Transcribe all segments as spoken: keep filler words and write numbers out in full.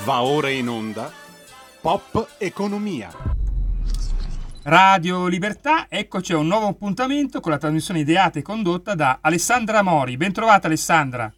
Va ora in onda Pop Economia. Radio Libertà, eccoci a un nuovo appuntamento con la trasmissione ideata e condotta da Alessandra Mori. Ben trovata Alessandra.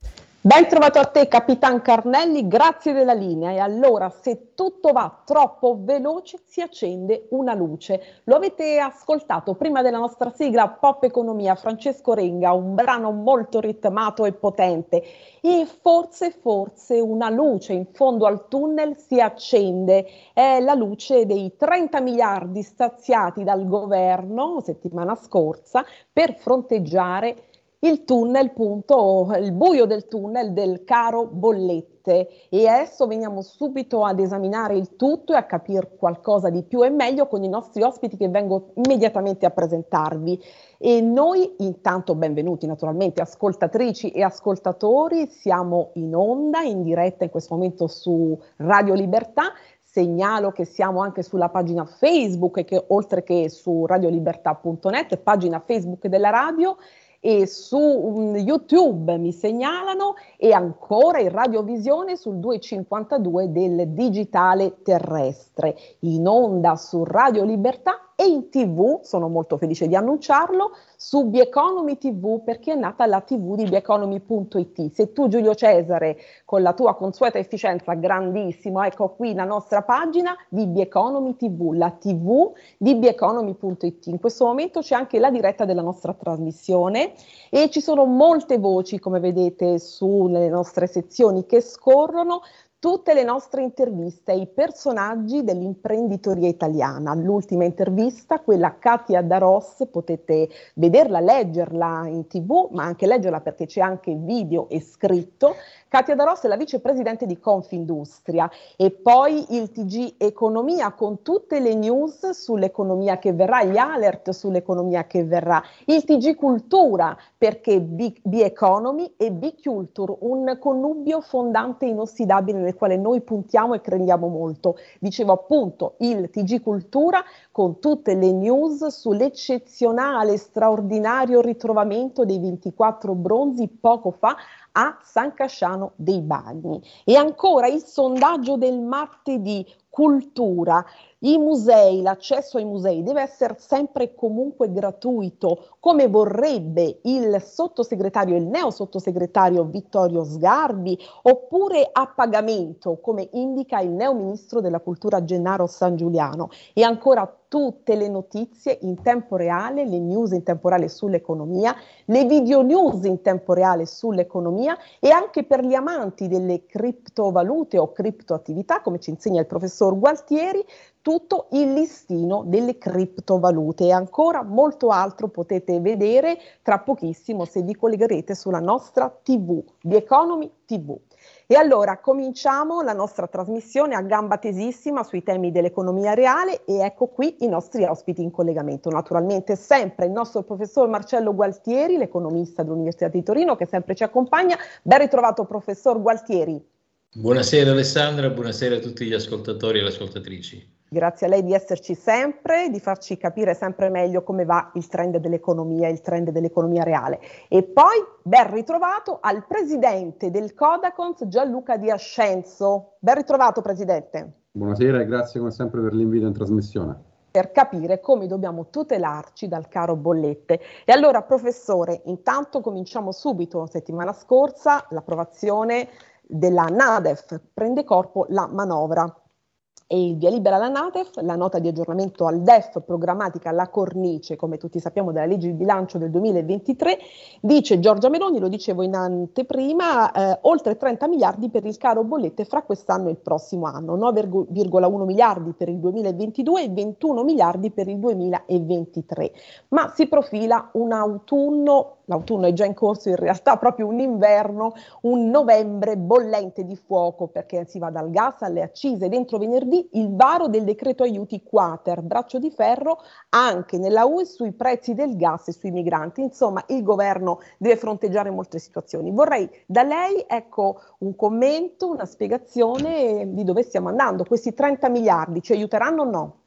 Ben trovato a te Capitan Carnelli, grazie della linea. E allora, se tutto va troppo veloce, si accende una luce. Lo avete ascoltato prima della nostra sigla Pop Economia, Francesco Renga, un brano molto ritmato e potente. E forse, forse una luce in fondo al tunnel si accende. È la luce dei trenta miliardi stanziati dal governo settimana scorsa per fronteggiare il tunnel, punto, il buio del tunnel del caro bollette. E adesso veniamo subito ad esaminare il tutto e a capire qualcosa di più e meglio con i nostri ospiti che vengo immediatamente a presentarvi. E noi intanto benvenuti naturalmente ascoltatrici e ascoltatori, siamo in onda, in diretta in questo momento su Radio Libertà. Segnalo che siamo anche sulla pagina Facebook e che oltre che su radiolibertà punto net, pagina Facebook della radio, e su um, YouTube mi segnalano, e ancora in radiovisione sul duecentocinquantadue del digitale terrestre, in onda su Radio Libertà e in tivù, sono molto felice di annunciarlo, su Bieconomy tivù, perché è nata la tivù di bieconomy punto it. Se tu, Giulio Cesare, con la tua consueta efficienza, grandissimo, ecco qui la nostra pagina di Bieconomy tivù, la tivù di bieconomy punto it. In questo momento c'è anche la diretta della nostra trasmissione e ci sono molte voci, come vedete, sulle nostre sezioni che scorrono. Tutte le nostre interviste ai personaggi dell'imprenditoria italiana. L'ultima intervista, quella a Katia Daros, potete vederla, leggerla in tivù, ma anche leggerla perché c'è anche video e scritto. Katia Daros è la vicepresidente di Confindustria. E poi il T G Economia con tutte le news sull'economia che verrà, gli alert sull'economia che verrà. Il T G Cultura, perché B-Economy e B-Culture, un connubio fondante e inossidabile nel quale noi puntiamo e crediamo molto. Dicevo appunto il T G Cultura con tutte le news sull'eccezionale, straordinario ritrovamento dei ventiquattro bronzi poco fa a San Casciano dei Bagni. E ancora il sondaggio del martedì, cultura. I musei, l'accesso ai musei deve essere sempre e comunque gratuito, come vorrebbe il sottosegretario, il neo sottosegretario Vittorio Sgarbi, oppure a pagamento, come indica il neo ministro della cultura Gennaro Sangiuliano. E ancora tutte le notizie in tempo reale, le news in tempo reale sull'economia, le video news in tempo reale sull'economia, e anche per gli amanti delle criptovalute o criptoattività, come ci insegna il professor Gualtieri, tutto il listino delle criptovalute e ancora molto altro potete vedere tra pochissimo se vi collegherete sulla nostra tivù, Bieconomy tivù. E allora cominciamo la nostra trasmissione a gamba tesissima sui temi dell'economia reale e ecco qui i nostri ospiti in collegamento. Naturalmente sempre il nostro professor Marcello Gualtieri, l'economista dell'Università di Torino che sempre ci accompagna. Ben ritrovato professor Gualtieri. Buonasera Alessandra, buonasera a tutti gli ascoltatori e le ascoltatrici. Grazie a lei di esserci sempre, di farci capire sempre meglio come va il trend dell'economia, il trend dell'economia reale. E poi ben ritrovato al presidente del Codacons, Gianluca Di Ascenzo. Ben ritrovato presidente. Buonasera e grazie come sempre per l'invito in trasmissione. Per capire come dobbiamo tutelarci dal caro bollette. E allora professore, intanto cominciamo subito, settimana scorsa, l'approvazione della NADEF, prende corpo la manovra. E il via libera alla NADEF, la nota di aggiornamento al D E F programmatica alla cornice, come tutti sappiamo, della legge di bilancio del duemilaventitré, dice Giorgia Meloni, lo dicevo in anteprima, eh, oltre trenta miliardi per il caro bollette fra quest'anno e il prossimo anno, nove virgola uno miliardi per il duemilaventidue e ventuno miliardi per il duemilaventitré. Ma si profila un autunno, l'autunno è già in corso in realtà, proprio un inverno, un novembre bollente di fuoco, perché si va dal gas alle accise. Dentro venerdì il varo del decreto aiuti quater, braccio di ferro anche nella U E sui prezzi del gas e sui migranti. Insomma, il governo deve fronteggiare molte situazioni. Vorrei da lei, ecco, un commento, una spiegazione di dove stiamo andando. Questi trenta miliardi ci aiuteranno o no?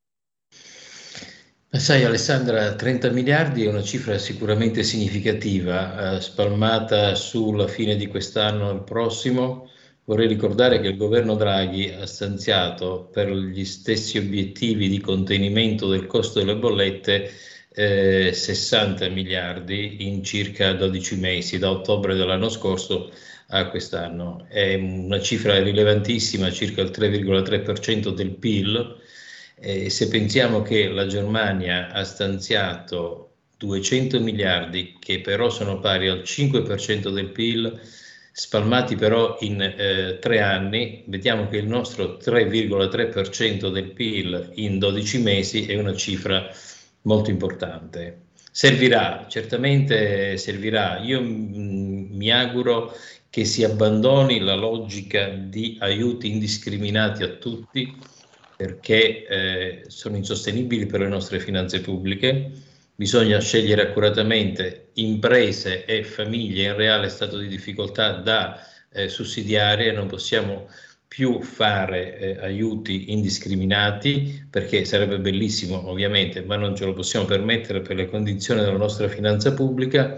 Sai Alessandra, trenta miliardi è una cifra sicuramente significativa, eh, spalmata sulla fine di quest'anno e il prossimo. Vorrei ricordare che il governo Draghi ha stanziato per gli stessi obiettivi di contenimento del costo delle bollette eh, sessanta miliardi in circa dodici mesi, da ottobre dell'anno scorso a quest'anno. È una cifra rilevantissima, circa il tre virgola tre per cento del P I L. Eh, se pensiamo che la Germania ha stanziato duecento miliardi, che però sono pari al cinque per cento del P I L, spalmati però in eh, tre anni, vediamo che il nostro tre virgola tre per cento del P I L in dodici mesi è una cifra molto importante. Servirà, certamente servirà. Io mh, mi auguro che si abbandoni la logica di aiuti indiscriminati a tutti, perché eh, sono insostenibili per le nostre finanze pubbliche. Bisogna scegliere accuratamente imprese e famiglie in reale stato di difficoltà da eh, sussidiare. Non possiamo più fare eh, aiuti indiscriminati, perché sarebbe bellissimo ovviamente, ma non ce lo possiamo permettere per le condizioni della nostra finanza pubblica.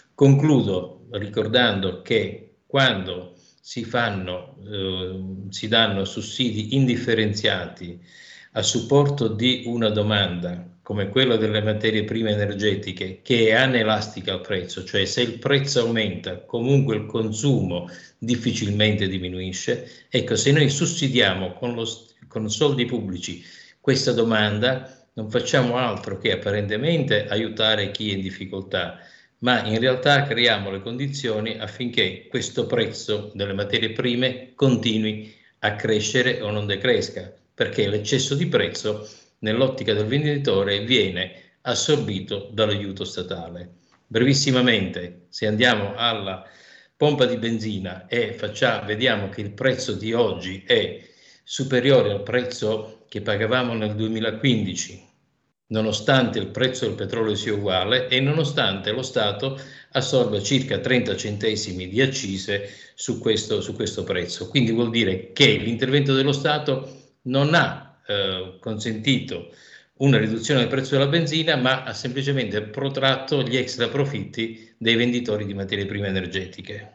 Concludo ricordando che quando si fanno, eh, si danno sussidi indifferenziati a supporto di una domanda come quella delle materie prime energetiche, che è anelastica al prezzo, cioè se il prezzo aumenta comunque il consumo difficilmente diminuisce. Ecco, se noi sussidiamo con, lo, con soldi pubblici questa domanda, non facciamo altro che apparentemente aiutare chi è in difficoltà, ma in realtà creiamo le condizioni affinché questo prezzo delle materie prime continui a crescere o non decresca, perché l'eccesso di prezzo nell'ottica del venditore viene assorbito dall'aiuto statale. Brevissimamente, se andiamo alla pompa di benzina e facciamo, vediamo che il prezzo di oggi è superiore al prezzo che pagavamo nel duemilaquindici, nonostante il prezzo del petrolio sia uguale e nonostante lo Stato assorba circa trenta centesimi di accise su questo, su questo prezzo. Quindi vuol dire che l'intervento dello Stato non ha eh, consentito una riduzione del prezzo della benzina, ma ha semplicemente protratto gli extra profitti dei venditori di materie prime energetiche.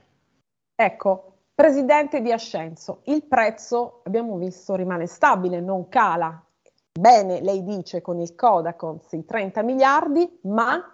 Ecco, Presidente di Ascenso, il prezzo, abbiamo visto, rimane stabile, non cala. Bene, lei dice con il Codacons i trenta miliardi, ma...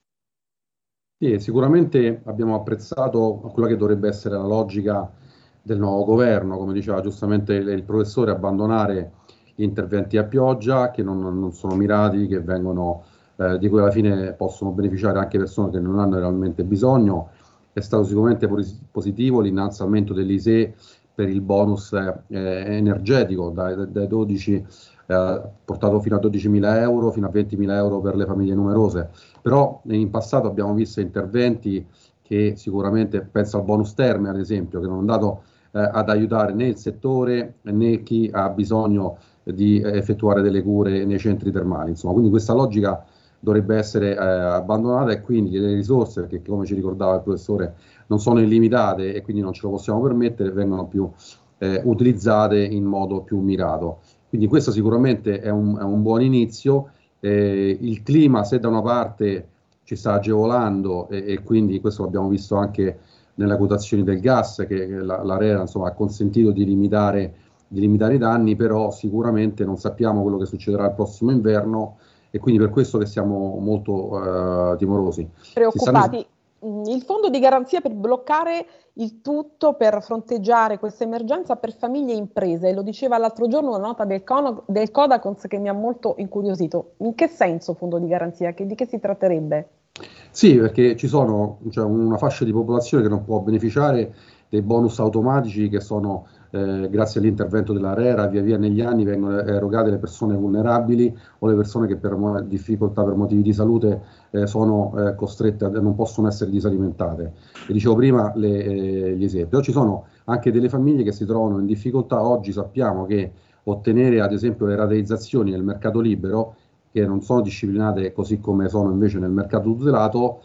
Sì, sicuramente abbiamo apprezzato quella che dovrebbe essere la logica del nuovo governo, come diceva giustamente il, il professore, abbandonare gli interventi a pioggia che non, non sono mirati, che vengono, eh, di cui alla fine possono beneficiare anche persone che non hanno realmente bisogno. È stato sicuramente positivo l'innalzamento dell'I S E E per il bonus eh, energetico dai, dai dodici Eh, portato fino a dodicimila euro, fino a ventimila euro per le famiglie numerose. Però in passato abbiamo visto interventi che sicuramente, penso al bonus terme ad esempio, che non è andato eh, ad aiutare né il settore né chi ha bisogno di effettuare delle cure nei centri termali. Insomma, quindi questa logica dovrebbe essere eh, abbandonata, e quindi le risorse, che come ci ricordava il professore, non sono illimitate e quindi non ce lo possiamo permettere, vengono più eh, utilizzate in modo più mirato. Quindi questo sicuramente è un, è un buon inizio. Eh, il clima, se da una parte ci sta agevolando, e, e quindi questo l'abbiamo visto anche nelle quotazioni del gas, che, che la, l'ARERA insomma, ha consentito di limitare, di limitare i danni, però sicuramente non sappiamo quello che succederà il prossimo inverno, e quindi per questo che siamo molto eh, timorosi. Preoccupati. Il fondo di garanzia per bloccare il tutto, per fronteggiare questa emergenza per famiglie e imprese, lo diceva l'altro giorno una nota del, Con- del Codacons che mi ha molto incuriosito. In che senso fondo di garanzia? Che, di che si tratterebbe? Sì, perché ci sono, cioè, una fascia di popolazione che non può beneficiare dei bonus automatici che sono, eh, grazie all'intervento dell'ARERA, via via negli anni vengono erogate alle persone vulnerabili o le persone che per mo- difficoltà, per motivi di salute eh, sono eh, costrette, a, non possono essere disalimentate. E dicevo prima le, eh, gli esempi. Però ci sono anche delle famiglie che si trovano in difficoltà. Oggi sappiamo che ottenere ad esempio le rateizzazioni nel mercato libero, che non sono disciplinate così come sono invece nel mercato tutelato,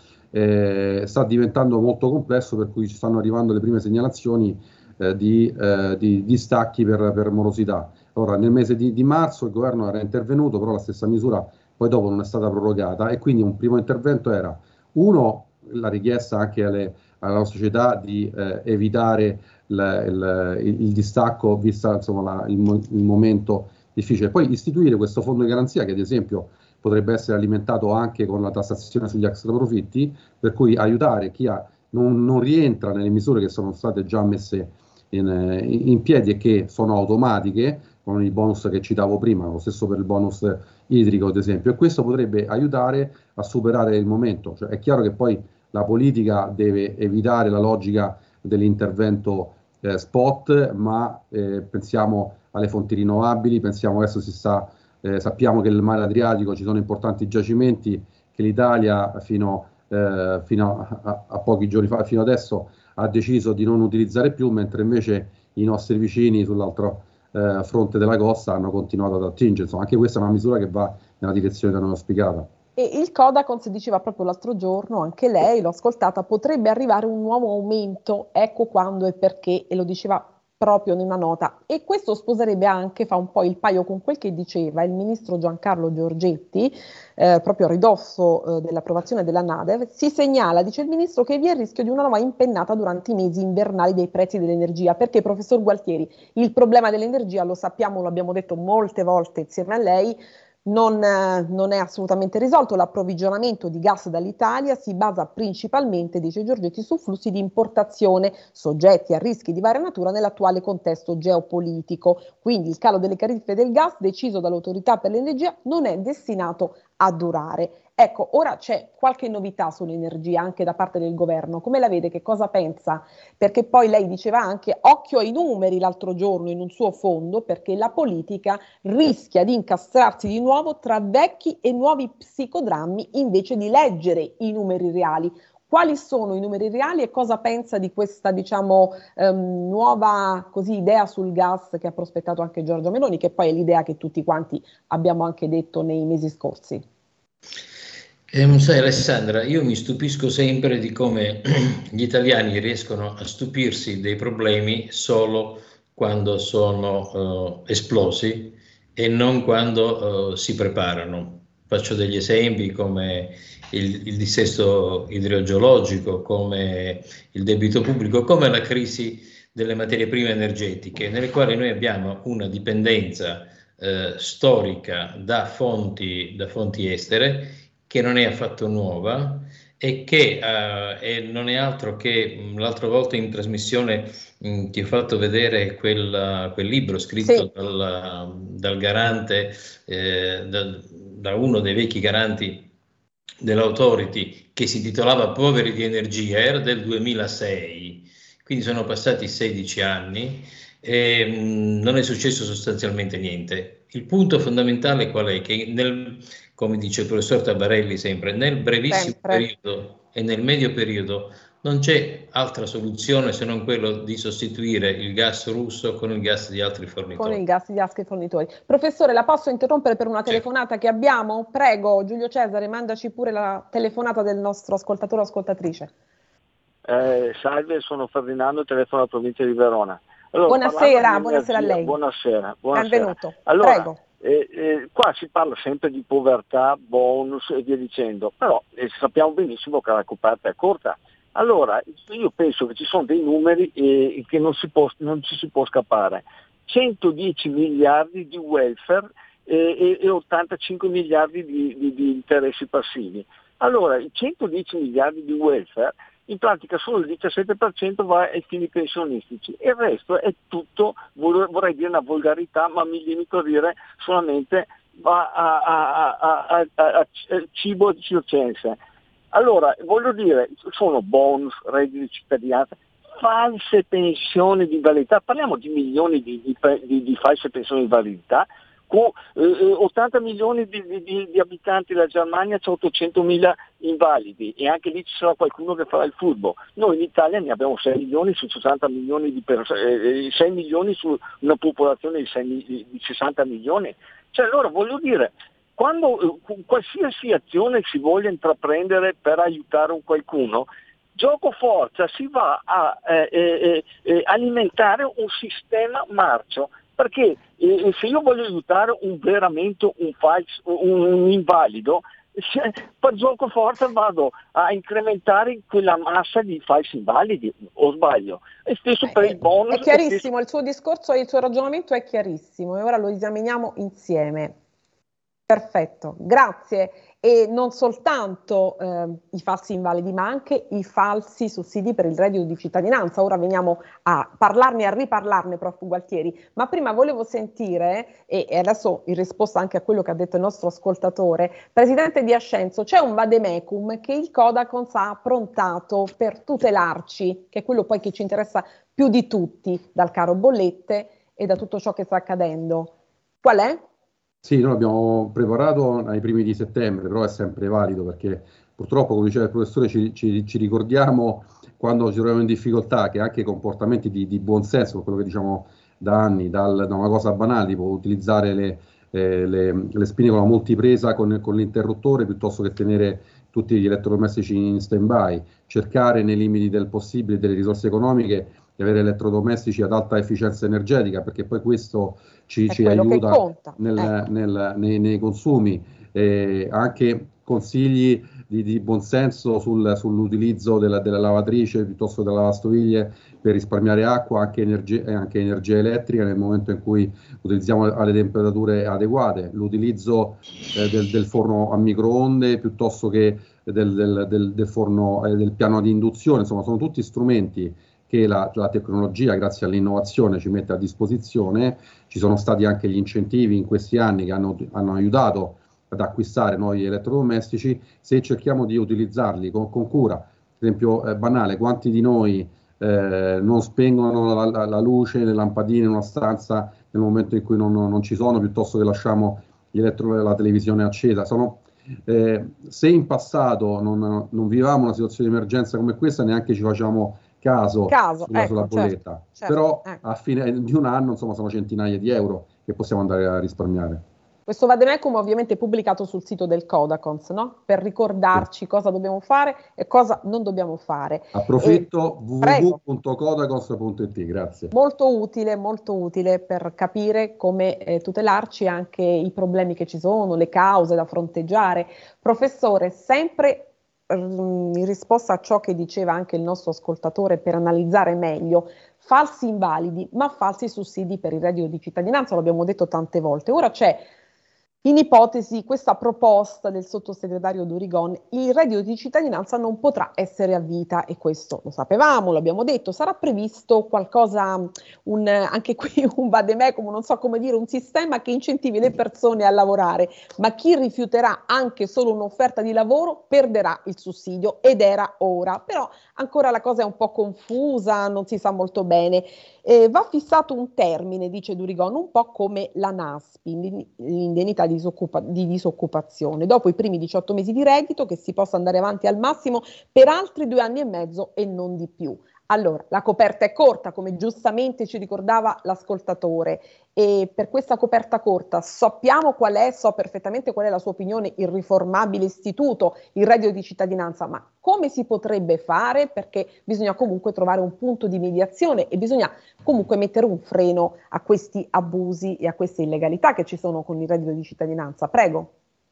eh, sta diventando molto complesso, per cui ci stanno arrivando le prime segnalazioni eh, di, eh, di, di stacchi per, per morosità. Allora, nel mese di, di marzo il governo era intervenuto, però la stessa misura poi dopo non è stata prorogata, e quindi un primo intervento era, uno, la richiesta anche alle, alla società di eh, evitare il, il, il distacco, vista insomma, la, il, il momento difficile. Poi istituire questo fondo di garanzia che ad esempio potrebbe essere alimentato anche con la tassazione sugli extraprofitti, per cui aiutare chi ha, non, non rientra nelle misure che sono state già messe in, in piedi e che sono automatiche, con i bonus che citavo prima, lo stesso per il bonus idrico ad esempio, e questo potrebbe aiutare a superare il momento. Cioè, è chiaro che poi la politica deve evitare la logica dell'intervento eh, spot, ma eh, pensiamo alle fonti rinnovabili, pensiamo adesso si sta, eh, sappiamo che nel mare Adriatico ci sono importanti giacimenti che l'Italia fino, eh, fino a, a pochi giorni fa, fino adesso ha deciso di non utilizzare più, mentre invece i nostri vicini sull'altro eh, fronte della costa hanno continuato ad attingere. Insomma, anche questa è una misura che va nella direzione da noi auspicata. E il Codacons diceva proprio l'altro giorno, anche lei, l'ho ascoltata, potrebbe arrivare un nuovo aumento, ecco quando e perché, e lo diceva proprio in una nota. E questo sposerebbe anche, fa un po' il paio con quel che diceva il ministro Giancarlo Giorgetti, eh, proprio a ridosso eh, dell'approvazione della NADEF. Si segnala, dice il ministro, che vi è il rischio di una nuova impennata durante i mesi invernali dei prezzi dell'energia, perché, professor Gualtieri, il problema dell'energia, lo sappiamo, lo abbiamo detto molte volte insieme a lei, Non, non è assolutamente risolto. L'approvvigionamento di gas dall'Italia si basa principalmente, dice Giorgetti, su flussi di importazione soggetti a rischi di varia natura nell'attuale contesto geopolitico. Quindi il calo delle tariffe del gas deciso dall'autorità per l'energia non è destinato a durare. Ecco, ora c'è qualche novità sull'energia anche da parte del governo. Come la vede? Che cosa pensa? Perché poi lei diceva anche occhio ai numeri l'altro giorno in un suo fondo, perché la politica rischia di incastrarsi di nuovo tra vecchi e nuovi psicodrammi invece di leggere i numeri reali. Quali sono i numeri reali e cosa pensa di questa, diciamo, ehm, nuova così, idea sul gas che ha prospettato anche Giorgia Meloni, che poi è l'idea che tutti quanti abbiamo anche detto nei mesi scorsi? Eh, sai Alessandra, io mi stupisco sempre di come gli italiani riescono a stupirsi dei problemi solo quando sono eh, esplosi e non quando eh, si preparano. Faccio degli esempi come il, il dissesto idrogeologico, come il debito pubblico, come la crisi delle materie prime energetiche, nelle quali noi abbiamo una dipendenza eh, storica da fonti, da fonti estere, che non è affatto nuova e che uh, è, non è altro che mh, l'altra volta in trasmissione mh, ti ho fatto vedere quel, quel libro scritto sì. dal, dal garante, eh, da, da uno dei vecchi garanti dell'Authority, che si intitolava Poveri di energia, era del duemilasei, quindi sono passati sedici anni e mh, non è successo sostanzialmente niente. Il punto fondamentale qual è? Che nel, come dice il professor Tabarelli sempre, nel brevissimo Sempre. periodo e nel medio periodo non c'è altra soluzione se non quello di sostituire il gas russo con il gas di altri fornitori. Con il gas di altri fornitori. Professore, la posso interrompere per una telefonata certo. che abbiamo? Prego, Giulio Cesare, mandaci pure la telefonata del nostro ascoltatore o ascoltatrice. Eh, salve, sono Ferdinando, telefono alla provincia di Verona. Allora, buonasera, buonasera a lei. Buonasera, buonasera. Benvenuto. Allora, Prego. Eh, eh, qua si parla sempre di povertà, bonus e via dicendo, però eh, sappiamo benissimo che la coperta è corta. Allora, io penso che ci sono dei numeri eh, che non, si può, non ci si può scappare. centodieci miliardi di welfare eh, e, e ottantacinque miliardi di, di, di interessi passivi. Allora, i centodieci miliardi di welfare, in pratica solo il diciassette per cento va ai fini pensionistici e il resto è tutto, vorrei dire una volgarità, ma mi limito a dire solamente va a, a, a, a, a, a cibo circense. Allora, voglio dire, sono bonus, redditi di cittadinanza, false pensioni di invalidità, parliamo di milioni di, di, di, di false pensioni di invalidità, con eh, ottanta milioni di, di, di abitanti della Germania, c'è ottocentomila invalidi e anche lì ci sarà qualcuno che farà il furbo. Noi in Italia ne abbiamo sei milioni su sessanta milioni di persone, eh, sei milioni su una popolazione di, sei, di sessanta milioni. Cioè allora voglio dire, quando eh, qualsiasi azione si voglia intraprendere per aiutare un qualcuno, gioco forza si va a eh, eh, eh, alimentare un sistema marcio. Perché eh, se io voglio aiutare un veramente un, falso, un, un invalido, per gioco forza vado a incrementare quella massa di falsi invalidi, o sbaglio? E stesso per il bonus. È chiarissimo, il suo discorso e il suo ragionamento è chiarissimo e ora lo esaminiamo insieme. Perfetto, grazie. E non soltanto eh, i falsi invalidi, ma anche i falsi sussidi per il reddito di cittadinanza. Ora veniamo a parlarne e a riparlarne, prof Gualtieri, ma prima volevo sentire, e, e adesso in risposta anche a quello che ha detto il nostro ascoltatore, Presidente di Ascenso, c'è un vademecum che il Codacons ha approntato per tutelarci, che è quello poi che ci interessa più di tutti, dal caro bollette e da tutto ciò che sta accadendo. Qual è? Sì, noi l'abbiamo preparato ai primi di settembre, però è sempre valido perché purtroppo, come diceva il professore, ci, ci, ci ricordiamo quando ci troviamo in difficoltà che anche comportamenti di, di buon senso, quello che diciamo da anni, dal, da una cosa banale, tipo utilizzare le, eh, le, le spine con la multipresa con, con l'interruttore piuttosto che tenere tutti gli elettrodomestici in stand-by, cercare nei limiti del possibile delle risorse economiche di avere elettrodomestici ad alta efficienza energetica, perché poi questo ci, ci aiuta nel, ecco. nel, nei, nei consumi. Eh, anche consigli di, di buonsenso sul, sull'utilizzo della, della lavatrice piuttosto che della lavastoviglie per risparmiare acqua, anche energia, anche energia elettrica nel momento in cui utilizziamo alle temperature adeguate, l'utilizzo eh, del, del forno a microonde piuttosto che del, del, del, del forno eh, del piano di induzione. Insomma, sono tutti strumenti che la, la tecnologia, grazie all'innovazione, ci mette a disposizione. Ci sono stati anche gli incentivi in questi anni che hanno, hanno aiutato ad acquistare nuovi elettrodomestici. Se cerchiamo di utilizzarli con, con cura, per esempio eh, banale, quanti di noi eh, non spengono la, la, la luce, le lampadine in una stanza nel momento in cui non, non ci sono, piuttosto che lasciamo gli elettro, la televisione accesa? Sono, eh, se in passato non, non vivevamo una situazione di emergenza come questa, neanche ci facciamo caso, caso sulla, ecco, sulla bolletta, certo, certo, però ecco. A fine di un anno insomma sono centinaia di euro che possiamo andare a risparmiare. Questo vademecum ovviamente è pubblicato sul sito del Codacons, no? Per ricordarci sì. cosa dobbiamo fare e cosa non dobbiamo fare. Approfitto, w w w punto codacons punto it, grazie. Molto utile, molto utile per capire come eh, tutelarci, anche i problemi che ci sono, le cause da fronteggiare. Professore, sempre in risposta a ciò che diceva anche il nostro ascoltatore, per analizzare meglio, falsi invalidi, ma falsi sussidi per il reddito di cittadinanza, l'abbiamo detto tante volte. Ora c'è in ipotesi questa proposta del sottosegretario Durigon: il reddito di cittadinanza non potrà essere a vita, e questo lo sapevamo, l'abbiamo detto. Sarà previsto qualcosa, un, anche qui un vademecum, non so come dire, un sistema che incentivi le persone a lavorare, ma chi rifiuterà anche solo un'offerta di lavoro perderà il sussidio, ed era ora. Però ancora la cosa è un po' confusa, non si sa molto bene. Eh, va fissato un termine, dice Durigon, un po' come la NASPI, l'indennità di, disoccupa di disoccupazione, dopo i primi diciotto mesi di reddito, che si possa andare avanti al massimo per altri due anni e mezzo e non di più. Allora, la coperta è corta, come giustamente ci ricordava l'ascoltatore, e per questa coperta corta sappiamo qual è, so perfettamente qual è la sua opinione, il riformabile istituto, il reddito di cittadinanza, ma come si potrebbe fare? Perché bisogna comunque trovare un punto di mediazione e bisogna comunque mettere un freno a questi abusi e a queste illegalità che ci sono con il reddito di cittadinanza. Prego.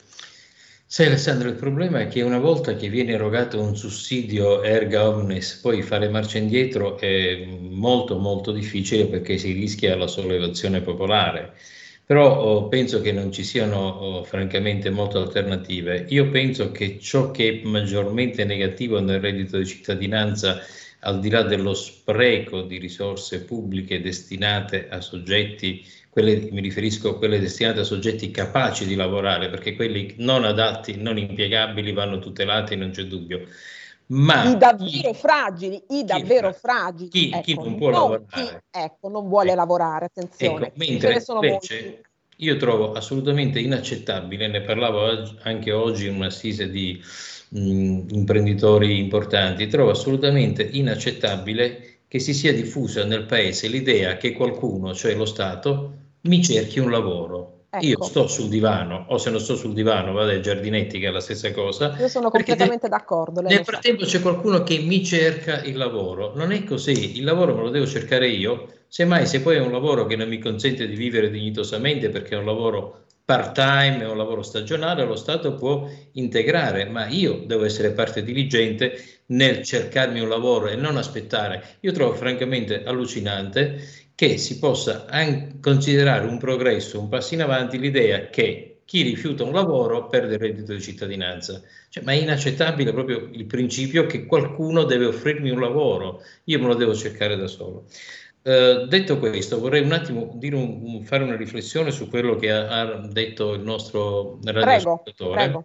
Sì, Alessandro, il problema è che una volta che viene erogato un sussidio erga omnes, poi fare marcia indietro è molto molto difficile, perché si rischia la sollevazione popolare. Però oh, penso che non ci siano oh, francamente molte alternative. Io penso che ciò che è maggiormente negativo nel reddito di cittadinanza, al di là dello spreco di risorse pubbliche destinate a soggetti, quelle, mi riferisco a quelle destinate a soggetti capaci di lavorare, perché quelli non adatti, non impiegabili vanno tutelati, non c'è dubbio. Ma i davvero chi, fragili, i davvero chi, fragili, chi, ecco, chi non può non lavorare, chi, ecco, non vuole ecco. lavorare, attenzione. Ecco, mentre invece io trovo assolutamente inaccettabile, ne parlavo anche oggi in un'assise di mh, imprenditori importanti, trovo assolutamente inaccettabile che si sia diffusa nel paese l'idea che qualcuno, cioè lo Stato, mi cerchi un lavoro. Ecco. Io sto sul divano, o se non sto sul divano vado ai giardinetti, che è la stessa cosa. Io sono completamente d'accordo. Nel frattempo c'è qualcuno che mi cerca il lavoro. Non è così, il lavoro me lo devo cercare io. Semmai, se poi è un lavoro che non mi consente di vivere dignitosamente, perché è un lavoro part-time o lavoro stagionale, lo Stato può integrare, ma io devo essere parte diligente nel cercarmi un lavoro e non aspettare. Io trovo francamente allucinante che si possa anche considerare un progresso, un passo in avanti, l'idea che chi rifiuta un lavoro perde il reddito di cittadinanza. Cioè, ma è inaccettabile proprio il principio che qualcuno deve offrirmi un lavoro, io me lo devo cercare da solo. Uh, detto questo, vorrei un attimo dire un, un, fare una riflessione su quello che ha, ha detto il nostro radioascoltatore,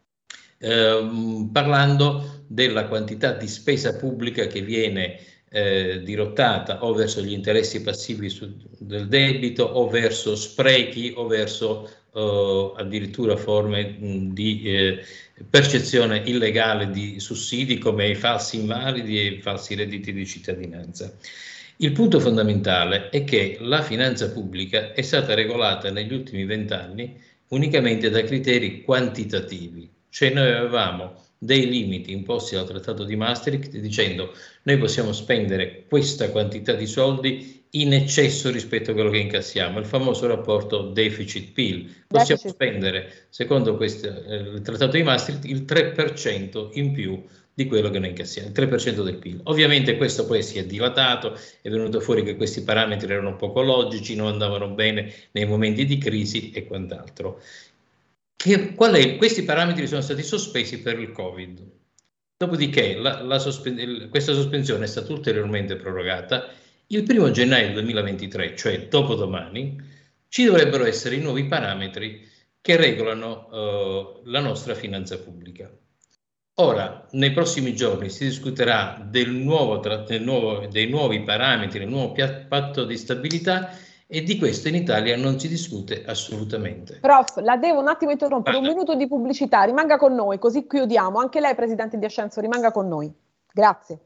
uh, parlando della quantità di spesa pubblica che viene eh, dirottata o verso gli interessi passivi su, del debito, o verso sprechi, o verso uh, addirittura forme mh, di eh, percezione illegale di sussidi come i falsi invalidi e i falsi redditi di cittadinanza. Il punto fondamentale è che la finanza pubblica è stata regolata negli ultimi vent'anni unicamente da criteri quantitativi, cioè noi avevamo dei limiti imposti dal Trattato di Maastricht dicendo noi possiamo spendere questa quantità di soldi in eccesso rispetto a quello che incassiamo, il famoso rapporto deficit-P I L. Possiamo deficit. spendere, secondo questo, eh, il Trattato di Maastricht, il tre per cento in più di quello che noi incassiamo, il tre per cento del P I L. Ovviamente questo poi si è dilatato, è venuto fuori che questi parametri erano poco logici, non andavano bene nei momenti di crisi e quant'altro. Che, qual è? Questi parametri sono stati sospesi per il Covid. Dopodiché la, la sospen- questa sospensione è stata ulteriormente prorogata. Il primo gennaio duemilaventitré, cioè dopodomani, ci dovrebbero essere i nuovi parametri che regolano uh, la nostra finanza pubblica. Ora, nei prossimi giorni si discuterà del nuovo, del nuovo, dei nuovi parametri, del nuovo patto di stabilità, e di questo in Italia non si discute assolutamente. Prof, la devo un attimo interrompere, Vada. Un minuto di pubblicità, rimanga con noi, così chiudiamo. Anche lei, Presidente di Ascenso, rimanga con noi. Grazie.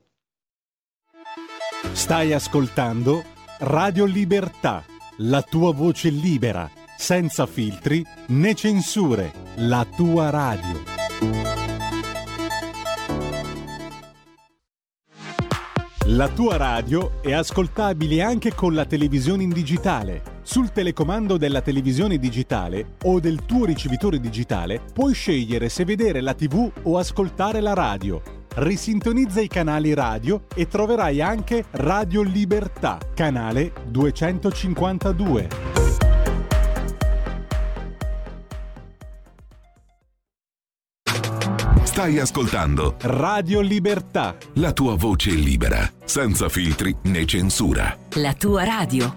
Stai ascoltando Radio Libertà, la tua voce libera, senza filtri né censure, la tua radio. La tua radio è ascoltabile anche con la televisione in digitale. Sul telecomando della televisione digitale o del tuo ricevitore digitale puoi scegliere se vedere la tivù o ascoltare la radio. Risintonizza i canali radio e troverai anche Radio Libertà, canale duecentocinquantadue. Stai ascoltando Radio Libertà, la tua voce libera, senza filtri né censura. La tua radio.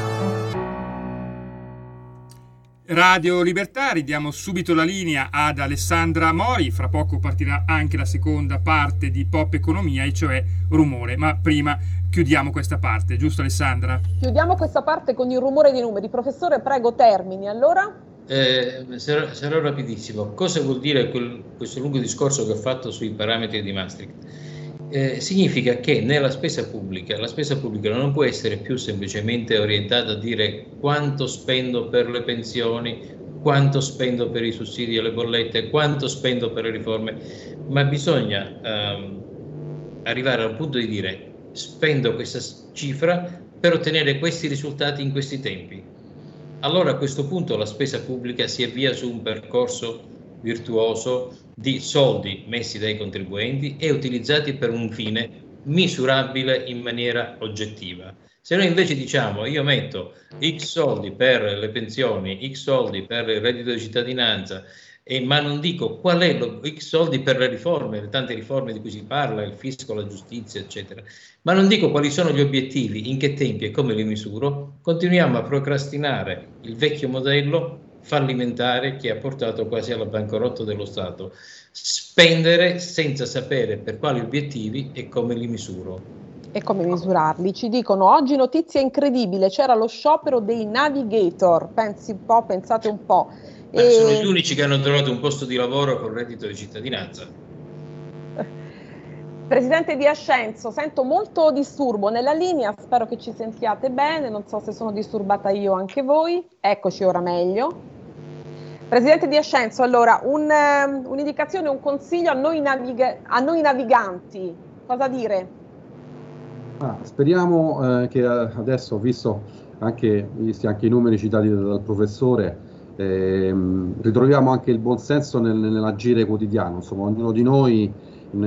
Radio Libertà, ridiamo subito la linea ad Alessandra Mori, fra poco partirà anche la seconda parte di Pop Economia, e cioè Rumore, ma prima chiudiamo questa parte, giusto Alessandra? Chiudiamo questa parte con il rumore dei numeri. Professore, prego, termini, allora? Eh, sarò, sarò rapidissimo. Cosa vuol dire quel, questo lungo discorso che ho fatto sui parametri di Maastricht? Eh, significa che nella spesa pubblica, la spesa pubblica non può essere più semplicemente orientata a dire quanto spendo per le pensioni, quanto spendo per i sussidi alle bollette, quanto spendo per le riforme, ma bisogna ehm, arrivare al punto di dire spendo questa cifra per ottenere questi risultati in questi tempi. Allora a questo punto la spesa pubblica si avvia su un percorso virtuoso di soldi messi dai contribuenti e utilizzati per un fine misurabile in maniera oggettiva. Se noi invece diciamo io metto X soldi per le pensioni, X soldi per il reddito di cittadinanza, e, ma non dico qual è lo X soldi per le riforme, le tante riforme di cui si parla, il fisco, la giustizia, eccetera, ma non dico quali sono gli obiettivi, in che tempi e come li misuro, continuiamo a procrastinare il vecchio modello fallimentare che ha portato quasi alla bancarotta dello Stato. Spendere senza sapere per quali obiettivi e come li misuro. E come misurarli? Ci dicono oggi notizia incredibile, c'era lo sciopero dei navigator, pensi un po', pensate un po'. Ma e... sono gli unici che hanno trovato un posto di lavoro con reddito di cittadinanza. Presidente di Ascenso, sento molto disturbo nella linea, spero che ci sentiate bene, non so se sono disturbata io o anche voi, eccoci ora meglio. Presidente di Ascenso, allora un, um, un'indicazione, un consiglio a noi, naviga- a noi naviganti, cosa dire? Ah, speriamo eh, che adesso, visto anche, visti anche i numeri citati dal professore, Eh, ritroviamo anche il buonsenso nel, nell'agire quotidiano, insomma, ognuno di noi in,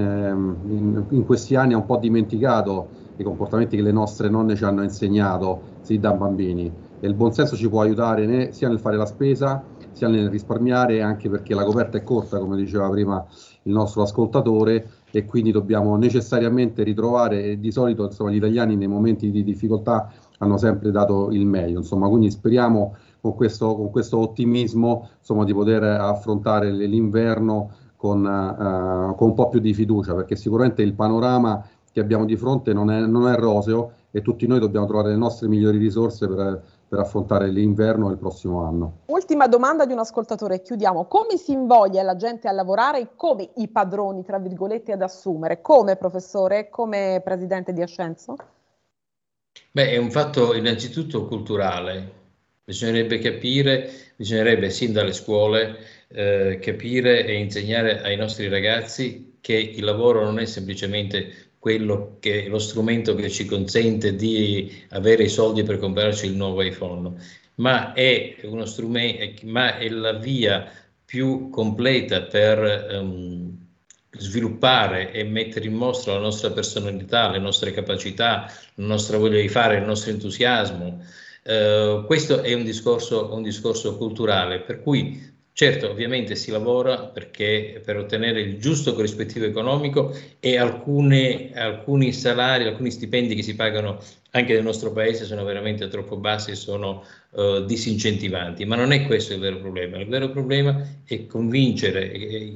in, in questi anni ha un po' dimenticato i comportamenti che le nostre nonne ci hanno insegnato sin da bambini, e il buonsenso ci può aiutare né, sia nel fare la spesa, sia nel risparmiare, anche perché la coperta è corta, come diceva prima il nostro ascoltatore, e quindi dobbiamo necessariamente ritrovare, e di solito insomma, gli italiani nei momenti di difficoltà hanno sempre dato il meglio, insomma, quindi speriamo con questo, con questo ottimismo, insomma, di poter affrontare l'inverno con, uh, con un po' più di fiducia, perché sicuramente il panorama che abbiamo di fronte non è, non è roseo, e tutti noi dobbiamo trovare le nostre migliori risorse per, per affrontare l'inverno del prossimo anno. Ultima domanda di un ascoltatore, chiudiamo. Come si invoglia la gente a lavorare e come i padroni, tra virgolette, ad assumere? Come, professore, come presidente di Ascenso? Beh, è un fatto innanzitutto culturale. Bisognerebbe capire, bisognerebbe sin dalle scuole eh, capire e insegnare ai nostri ragazzi che il lavoro non è semplicemente quello che lo strumento che ci consente di avere i soldi per comprarci il nuovo iPhone, ma è uno strumento, ma è la via più completa per um, sviluppare e mettere in mostra la nostra personalità, le nostre capacità, la nostra voglia di fare, il nostro entusiasmo. Uh, questo è un discorso, un discorso culturale, per cui certo ovviamente si lavora perché per ottenere il giusto corrispettivo economico, e alcune, alcuni salari, alcuni stipendi che si pagano anche nel nostro paese sono veramente troppo bassi e sono uh, disincentivanti, ma non è questo il vero problema. Il vero problema è convincere,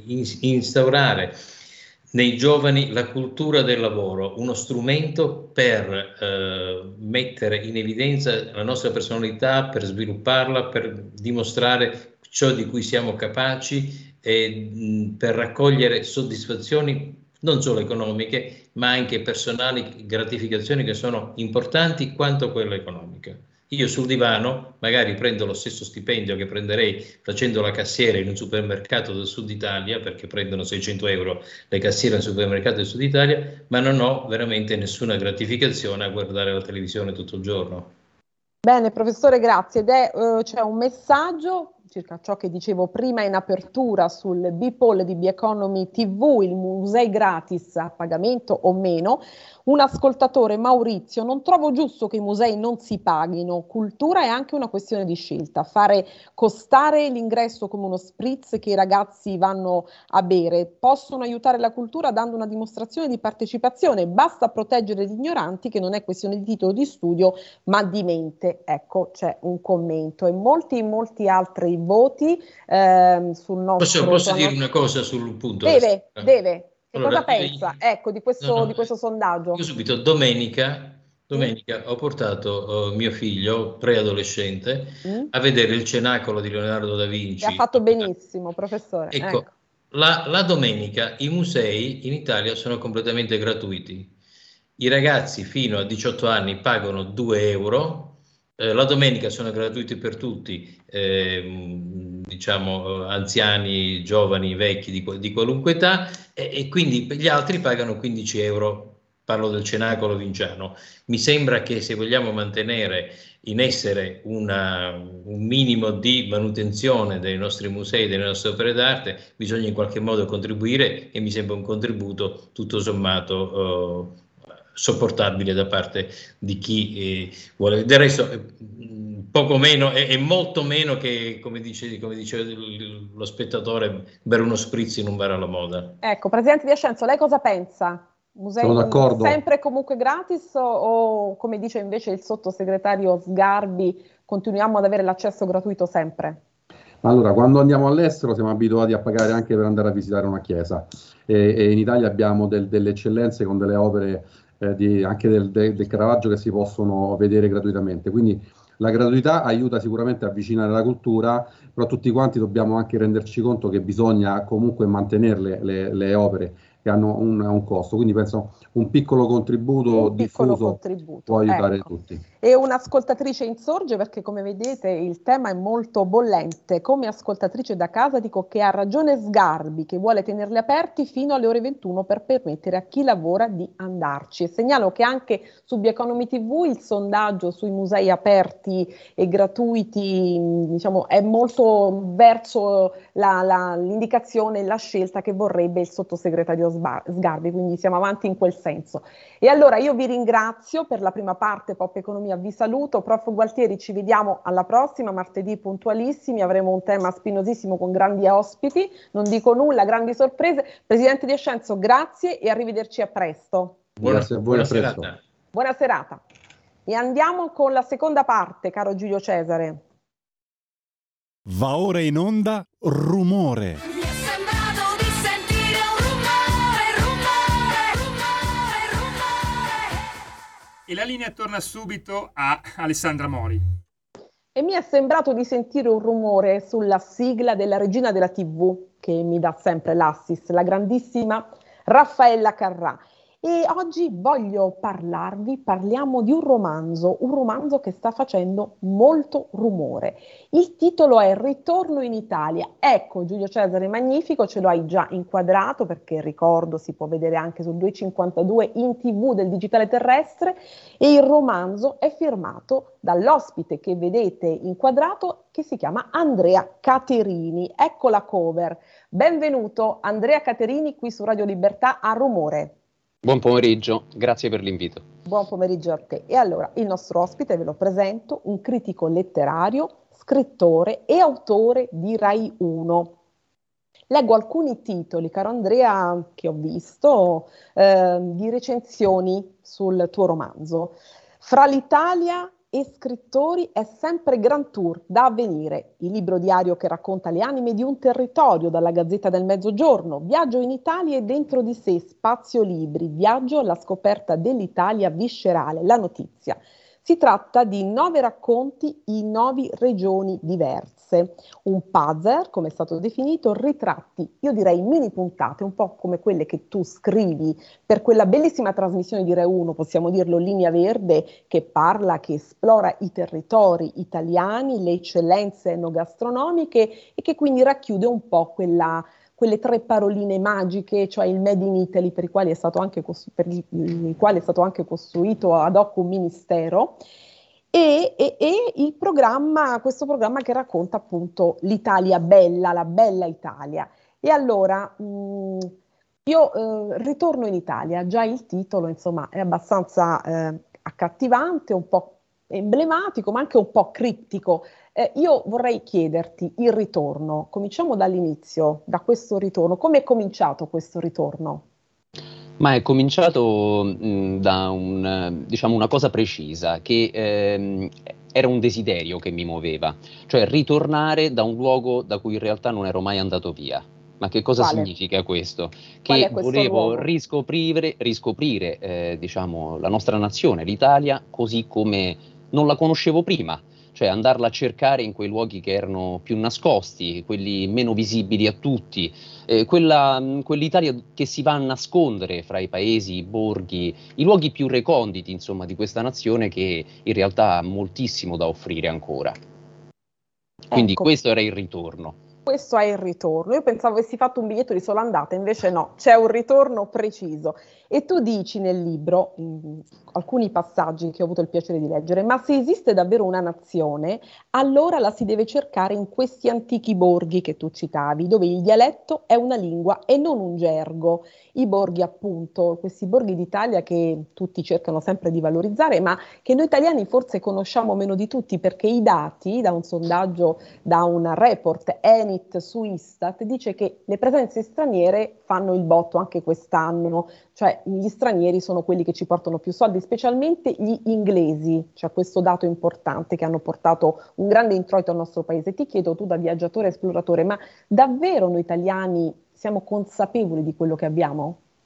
instaurare nei giovani la cultura del lavoro, uno strumento per eh, mettere in evidenza la nostra personalità, per svilupparla, per dimostrare ciò di cui siamo capaci e mh, per raccogliere soddisfazioni non solo economiche, ma anche personali, gratificazioni che sono importanti quanto quella economica. Io sul divano magari prendo lo stesso stipendio che prenderei facendo la cassiera in un supermercato del Sud Italia, perché prendono seicento euro le cassiere in un supermercato del Sud Italia, ma non ho veramente nessuna gratificazione a guardare la televisione tutto il giorno. Bene, professore, grazie. Ed è, uh, c'è un messaggio circa ciò che dicevo prima in apertura sul B-Poll di B-Economy T V, il musei gratis a pagamento o meno. Un ascoltatore, Maurizio: non trovo giusto che i musei non si paghino, cultura è anche una questione di scelta, fare costare l'ingresso come uno spritz che i ragazzi vanno a bere, possono aiutare la cultura dando una dimostrazione di partecipazione, basta proteggere gli ignoranti, che non è questione di titolo di studio ma di mente. Ecco, c'è un commento e molti molti altri voti ehm, sul nostro... Posso, posso dire una cosa sul punto? Deve, deve. Che allora, cosa pensa io, ecco, di questo, no, no, di questo sondaggio? Io subito, domenica, domenica mm. ho portato uh, mio figlio, preadolescente, mm. a vedere il Cenacolo di Leonardo da Vinci. E ha fatto benissimo, professore. Ecco, ecco. La, la domenica i musei in Italia sono completamente gratuiti. I ragazzi fino a diciotto anni pagano due euro, eh, la domenica sono gratuiti per tutti, eh, diciamo anziani, giovani, vecchi di, di qualunque età, e, e quindi gli altri pagano quindici euro, parlo del Cenacolo Vinciano. Mi sembra che se vogliamo mantenere in essere una, un minimo di manutenzione dei nostri musei, delle nostre opere d'arte, bisogna in qualche modo contribuire, e mi sembra un contributo tutto sommato eh, sopportabile da parte di chi eh, vuole. Del resto eh, poco meno e, e molto meno che, come dice, come dice lo spettatore, bere uno spritz in un bar alla moda. Ecco, presidente di Ascenso, lei cosa pensa? Musei sempre comunque gratis, o, o come dice invece il sottosegretario Sgarbi, continuiamo ad avere l'accesso gratuito sempre? Allora, quando andiamo all'estero siamo abituati a pagare anche per andare a visitare una chiesa, e, e in Italia abbiamo del, delle eccellenze con delle opere eh, di, anche del, del, del Caravaggio che si possono vedere gratuitamente, quindi la gratuità aiuta sicuramente a avvicinare la cultura, però tutti quanti dobbiamo anche renderci conto che bisogna comunque mantenerle le, le opere. che hanno un, un costo, quindi penso un piccolo contributo un piccolo diffuso contributo, può aiutare ecco. tutti. E un'ascoltatrice insorge perché, come vedete, il tema è molto bollente. Come ascoltatrice da casa dico che ha ragione Sgarbi, che vuole tenerli aperti fino alle ore ventuno per permettere a chi lavora di andarci. E segnalo che anche su Bioeconomy tivù il sondaggio sui musei aperti e gratuiti, diciamo, è molto verso la, la, l'indicazione e la scelta che vorrebbe il sottosegretario Sgarbi, quindi siamo avanti in quel senso. E allora io vi ringrazio per la prima parte Pop Economia, vi saluto, prof Gualtieri, ci vediamo alla prossima, martedì puntualissimi, avremo un tema spinosissimo con grandi ospiti, non dico nulla, grandi sorprese. Presidente Di Ascenzo, grazie e arrivederci a presto. Buona, Grazie a voi, buona a presto. serata. Buona serata. E andiamo con la seconda parte, caro Giulio Cesare. Va ora in onda Rumore. Mi è sembrato di sentire un rumore, rumore, rumore, rumore. E la linea torna subito a Alessandra Mori. E mi è sembrato di sentire un rumore sulla sigla della regina della tivù, che mi dà sempre l'assist, la grandissima Raffaella Carrà. E oggi voglio parlarvi, parliamo di un romanzo, un romanzo che sta facendo molto rumore. Il titolo è Ritorno in Italia. Ecco, Giulio Cesare, magnifico, ce lo hai già inquadrato perché ricordo si può vedere anche sul duecentocinquantadue in tivù del digitale terrestre, e il romanzo è firmato dall'ospite che vedete inquadrato, che si chiama Andrea Caterini. Ecco la cover. Benvenuto Andrea Caterini qui su Radio Libertà a Rumore. Buon pomeriggio, grazie per l'invito. Buon pomeriggio a te. E allora, il nostro ospite, ve lo presento, un critico letterario, scrittore e autore di Rai uno. Leggo alcuni titoli, caro Andrea, che ho visto, eh, di recensioni sul tuo romanzo. Fra l'Italia e scrittori è sempre Grand Tour, da Avvenire, il libro diario che racconta le anime di un territorio, dalla Gazzetta del Mezzogiorno, Viaggio in Italia e dentro di sé, Spazio Libri, viaggio alla scoperta dell'Italia viscerale, La Notizia. Si tratta di nove racconti in nove regioni diverse, un puzzle, come è stato definito, ritratti, io direi mini puntate, un po' come quelle che tu scrivi per quella bellissima trasmissione di Rai uno, possiamo dirlo, Linea Verde, che parla, che esplora i territori italiani, le eccellenze enogastronomiche e che quindi racchiude un po' quella... quelle tre paroline magiche, cioè il Made in Italy, per i quali è stato anche, costru- per il, il quale è stato anche costruito ad hoc un ministero, e, e, e il programma, questo programma che racconta appunto l'Italia bella, la bella Italia. E allora mh, io eh, ritorno in Italia, già il titolo insomma è abbastanza eh, accattivante, un po' emblematico, ma anche un po' criptico. Eh, io vorrei chiederti il ritorno, cominciamo dall'inizio, da questo ritorno. Come è cominciato questo ritorno? Ma è cominciato mh, da un, diciamo, una cosa precisa, che ehm, era un desiderio che mi muoveva, cioè ritornare da un luogo da cui in realtà non ero mai andato via. Ma che cosa Quale? significa questo? Qual Che è questo volevo luogo? riscoprire, riscoprire eh, diciamo, la nostra nazione, l'Italia, così come non la conoscevo prima. Cioè andarla a cercare in quei luoghi che erano più nascosti, quelli meno visibili a tutti, eh, quella, quell'Italia che si va a nascondere fra i paesi, i borghi, i luoghi più reconditi, insomma, di questa nazione che in realtà ha moltissimo da offrire ancora. Quindi Ecco. questo era il ritorno. Questo è il ritorno. Io pensavo avessi fatto un biglietto di sola andata, invece no, c'è un ritorno preciso. E tu dici nel libro, in alcuni passaggi che ho avuto il piacere di leggere, ma se esiste davvero una nazione, allora la si deve cercare in questi antichi borghi che tu citavi, dove il dialetto è una lingua e non un gergo. I borghi, appunto, questi borghi d'Italia che tutti cercano sempre di valorizzare, ma che noi italiani forse conosciamo meno di tutti, perché i dati, da un sondaggio, da un report Enit su Istat, dice che le presenze straniere fanno il botto anche quest'anno, cioè gli stranieri sono quelli che ci portano più soldi, specialmente gli inglesi, cioè questo dato importante, che hanno portato un grande introito al nostro paese. Ti chiedo, tu da viaggiatore e esploratore, ma davvero noi italiani siamo consapevoli di quello che abbiamo?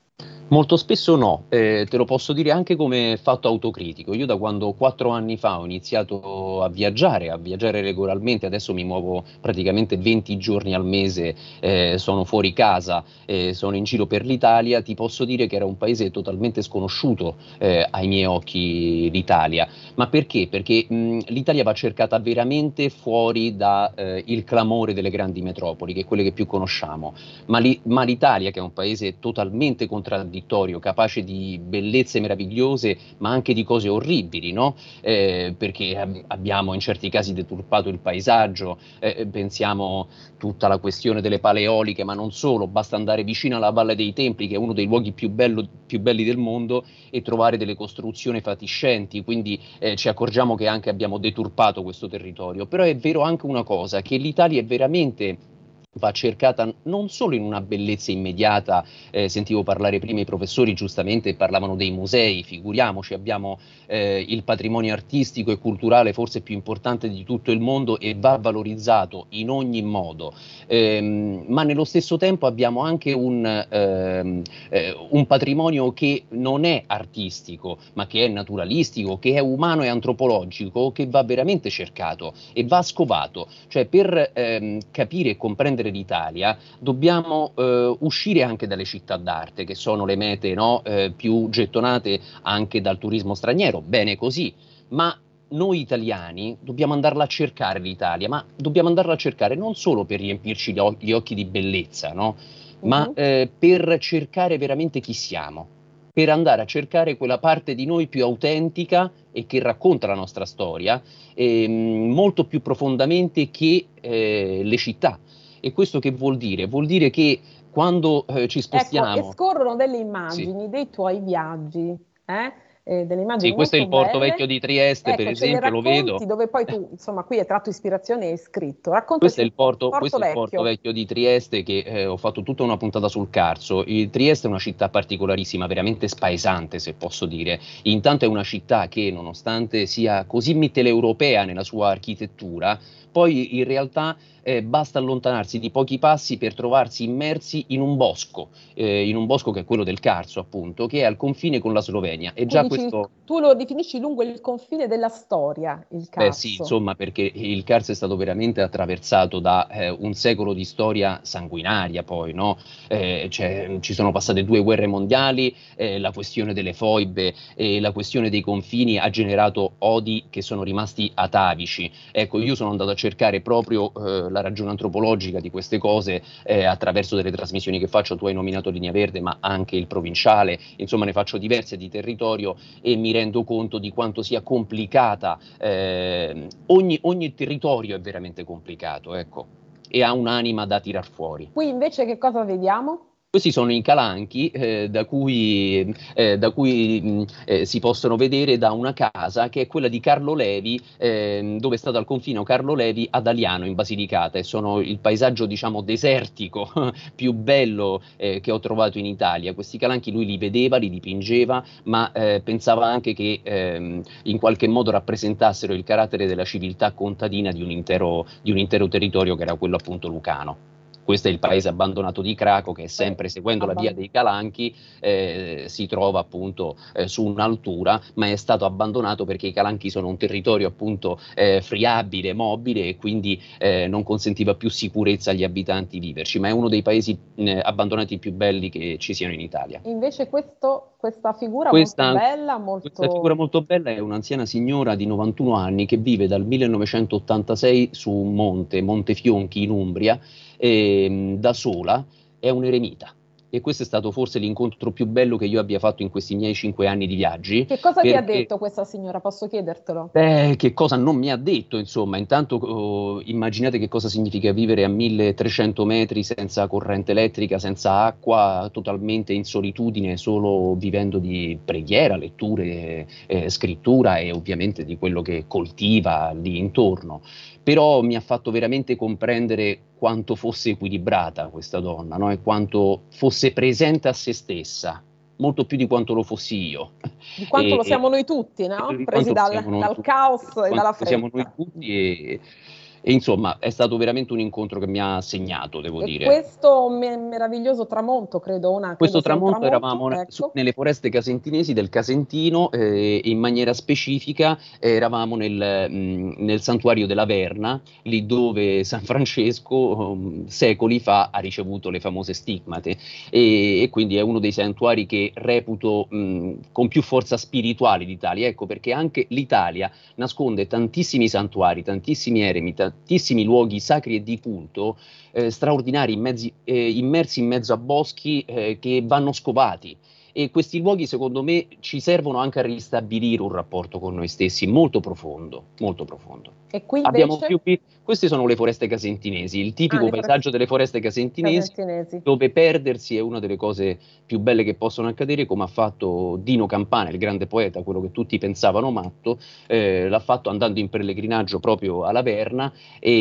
Molto spesso no, eh, te lo posso dire anche come fatto autocritico. Io da quando quattro anni fa ho iniziato a viaggiare, a viaggiare regolarmente, adesso mi muovo praticamente venti giorni al mese, eh, sono fuori casa, eh, sono in giro per l'Italia, ti posso dire che era un paese totalmente sconosciuto eh, ai miei occhi l'Italia. Ma perché? Perché mh, l'Italia va cercata veramente fuori dal eh, clamore delle grandi metropoli, che è quelle che più conosciamo. Ma, li- ma l'Italia, che è un paese totalmente contraddittorio, capace di bellezze meravigliose, ma anche di cose orribili, no? Eh, perché ab- abbiamo in certi casi deturpato il paesaggio, eh, pensiamo tutta la questione delle paleoliche, ma non solo, basta andare vicino alla Valle dei Templi, che è uno dei luoghi più, bello- più belli del mondo, e trovare delle costruzioni fatiscenti, quindi eh, ci accorgiamo che anche abbiamo deturpato questo territorio. Però è vero anche una cosa, che l'Italia è veramente va cercata non solo in una bellezza immediata, eh, sentivo parlare prima i professori giustamente parlavano dei musei, figuriamoci, abbiamo eh, il patrimonio artistico e culturale forse più importante di tutto il mondo e va valorizzato in ogni modo, ehm, ma nello stesso tempo abbiamo anche un, ehm, eh, un patrimonio che non è artistico, ma che è naturalistico, che è umano e antropologico, che va veramente cercato e va scovato, cioè per ehm, capire e comprendere l'Italia dobbiamo eh, uscire anche dalle città d'arte, che sono le mete, no, eh, più gettonate anche dal turismo straniero, bene così, ma noi italiani dobbiamo andarla a cercare l'Italia, ma dobbiamo andarla a cercare non solo per riempirci gli, o- gli occhi di bellezza, no? Ma Mhm. eh, per cercare veramente chi siamo, per andare a cercare quella parte di noi più autentica e che racconta la nostra storia, ehm, molto più profondamente che eh, le città. E questo che vuol dire? Vuol dire che quando eh, ci Ecco, e spostiamo, scorrono delle sì, immagini dei tuoi viaggi, eh? Eh, delle immagini sì, questo è molto il Porto Vecchio belle. di Trieste, per Ecco, ce le esempio, lo vedo. racconti dove poi tu, insomma, qui hai tratto ispirazione e hai scritto. Questo Raccontaci è un il po'. porto, Porto questo è il Porto Vecchio. Vecchio di Trieste che eh, ho fatto tutta una puntata sul Carso. Il Trieste è una città particolarissima, veramente spaesante se posso dire. Intanto è una città che nonostante sia così mitteleuropea nella sua architettura, poi in realtà eh, basta allontanarsi di pochi passi per trovarsi immersi in un bosco, eh, in un bosco che è quello del Carso appunto, che è al confine con la Slovenia. E Tu già dici, il- questo. tu lo definisci lungo il confine della storia, il Beh sì, Carso. insomma, perché il Carso è stato veramente attraversato da eh, un secolo di storia sanguinaria, poi, no? Eh, c'è- ci sono passate due guerre mondiali, eh, la questione delle foibe e la questione dei confini ha generato odi che sono rimasti atavici. Ecco, io sono andato a cercare proprio eh, la ragione antropologica di queste cose eh, attraverso delle trasmissioni che faccio, tu hai nominato Linea Verde, ma anche il Provinciale, insomma ne faccio diverse di territorio e mi rendo conto di quanto sia complicata. Eh, ogni, ogni territorio è veramente complicato, ecco, e ha un'anima da tirar fuori. Qui invece che cosa vediamo? Questi sono i calanchi eh, da cui, eh, da cui mh, eh, si possono vedere da una casa che è quella di Carlo Levi, ehm, dove è stato al confine Carlo Levi ad Aliano in Basilicata, e sono il paesaggio diciamo desertico più bello eh, che ho trovato in Italia. Questi calanchi lui li vedeva, li dipingeva, ma eh, pensava anche che ehm, in qualche modo rappresentassero il carattere della civiltà contadina di un intero, di un intero territorio che era quello appunto lucano. Questo è il paese abbandonato di Craco che sempre seguendo la via dei Calanchi eh, si trova appunto eh, su un'altura, ma è stato abbandonato perché i Calanchi sono un territorio appunto eh, friabile, mobile e quindi eh, non consentiva più sicurezza agli abitanti viverci, ma è uno dei paesi eh, abbandonati più belli che ci siano in Italia. Invece questo, questa figura molto Questa, bella, questa figura molto... molto bella è un'anziana signora di novantuno anni che vive dal millenovecentottantasei su un monte, Monte Fionchi in Umbria, e, da sola, è un eremita. E questo è stato forse l'incontro più bello che io abbia fatto in questi miei cinque anni di viaggi, Che cosa ti ha perché detto questa signora? Posso chiedertelo? Beh, che cosa non mi ha detto, insomma, intanto oh, immaginate che cosa significa vivere a milletrecento metri senza corrente elettrica, senza acqua, totalmente in solitudine, solo vivendo di preghiera, letture, eh, scrittura e ovviamente di quello che coltiva lì intorno. Però mi ha fatto veramente comprendere quanto fosse equilibrata questa donna, no? E quanto fosse presente a se stessa, molto più di quanto lo fossi io. Di quanto lo E, siamo noi tutti, no? di Presi quanto lo siamo dal, noi dal tutti, caos di e quanto dalla lo siamo noi fretta. tutti e, E insomma è stato veramente un incontro che mi ha segnato, devo E dire. questo me- meraviglioso tramonto, credo, una, Questo credo sia un tramonto tramonto, eravamo ne- su- ecco. nelle foreste casentinesi del Casentino, eh, e in maniera specifica eh, eravamo nel, mh, nel santuario della Verna, lì dove San Francesco um, secoli fa ha ricevuto le famose stigmate, e, e quindi è uno dei santuari che reputo mh, con più forza spirituale d'Italia. Ecco perché anche l'Italia nasconde tantissimi santuari, tantissimi eremi, tantissimi luoghi sacri e di culto eh, straordinari, in mezzi- eh, immersi in mezzo a boschi eh, che vanno scovati. E questi luoghi, secondo me, ci servono anche a ristabilire un rapporto con noi stessi molto profondo, molto profondo. E qui Abbiamo invece più pi- Queste sono le foreste casentinesi, il ah, tipico le paesaggio foreste delle foreste casentinesi, casentinesi. dove perdersi è una delle cose più belle che possono accadere, come ha fatto Dino Campana, il grande poeta, quello che tutti pensavano matto, eh, l'ha fatto andando in pellegrinaggio proprio alla Verna,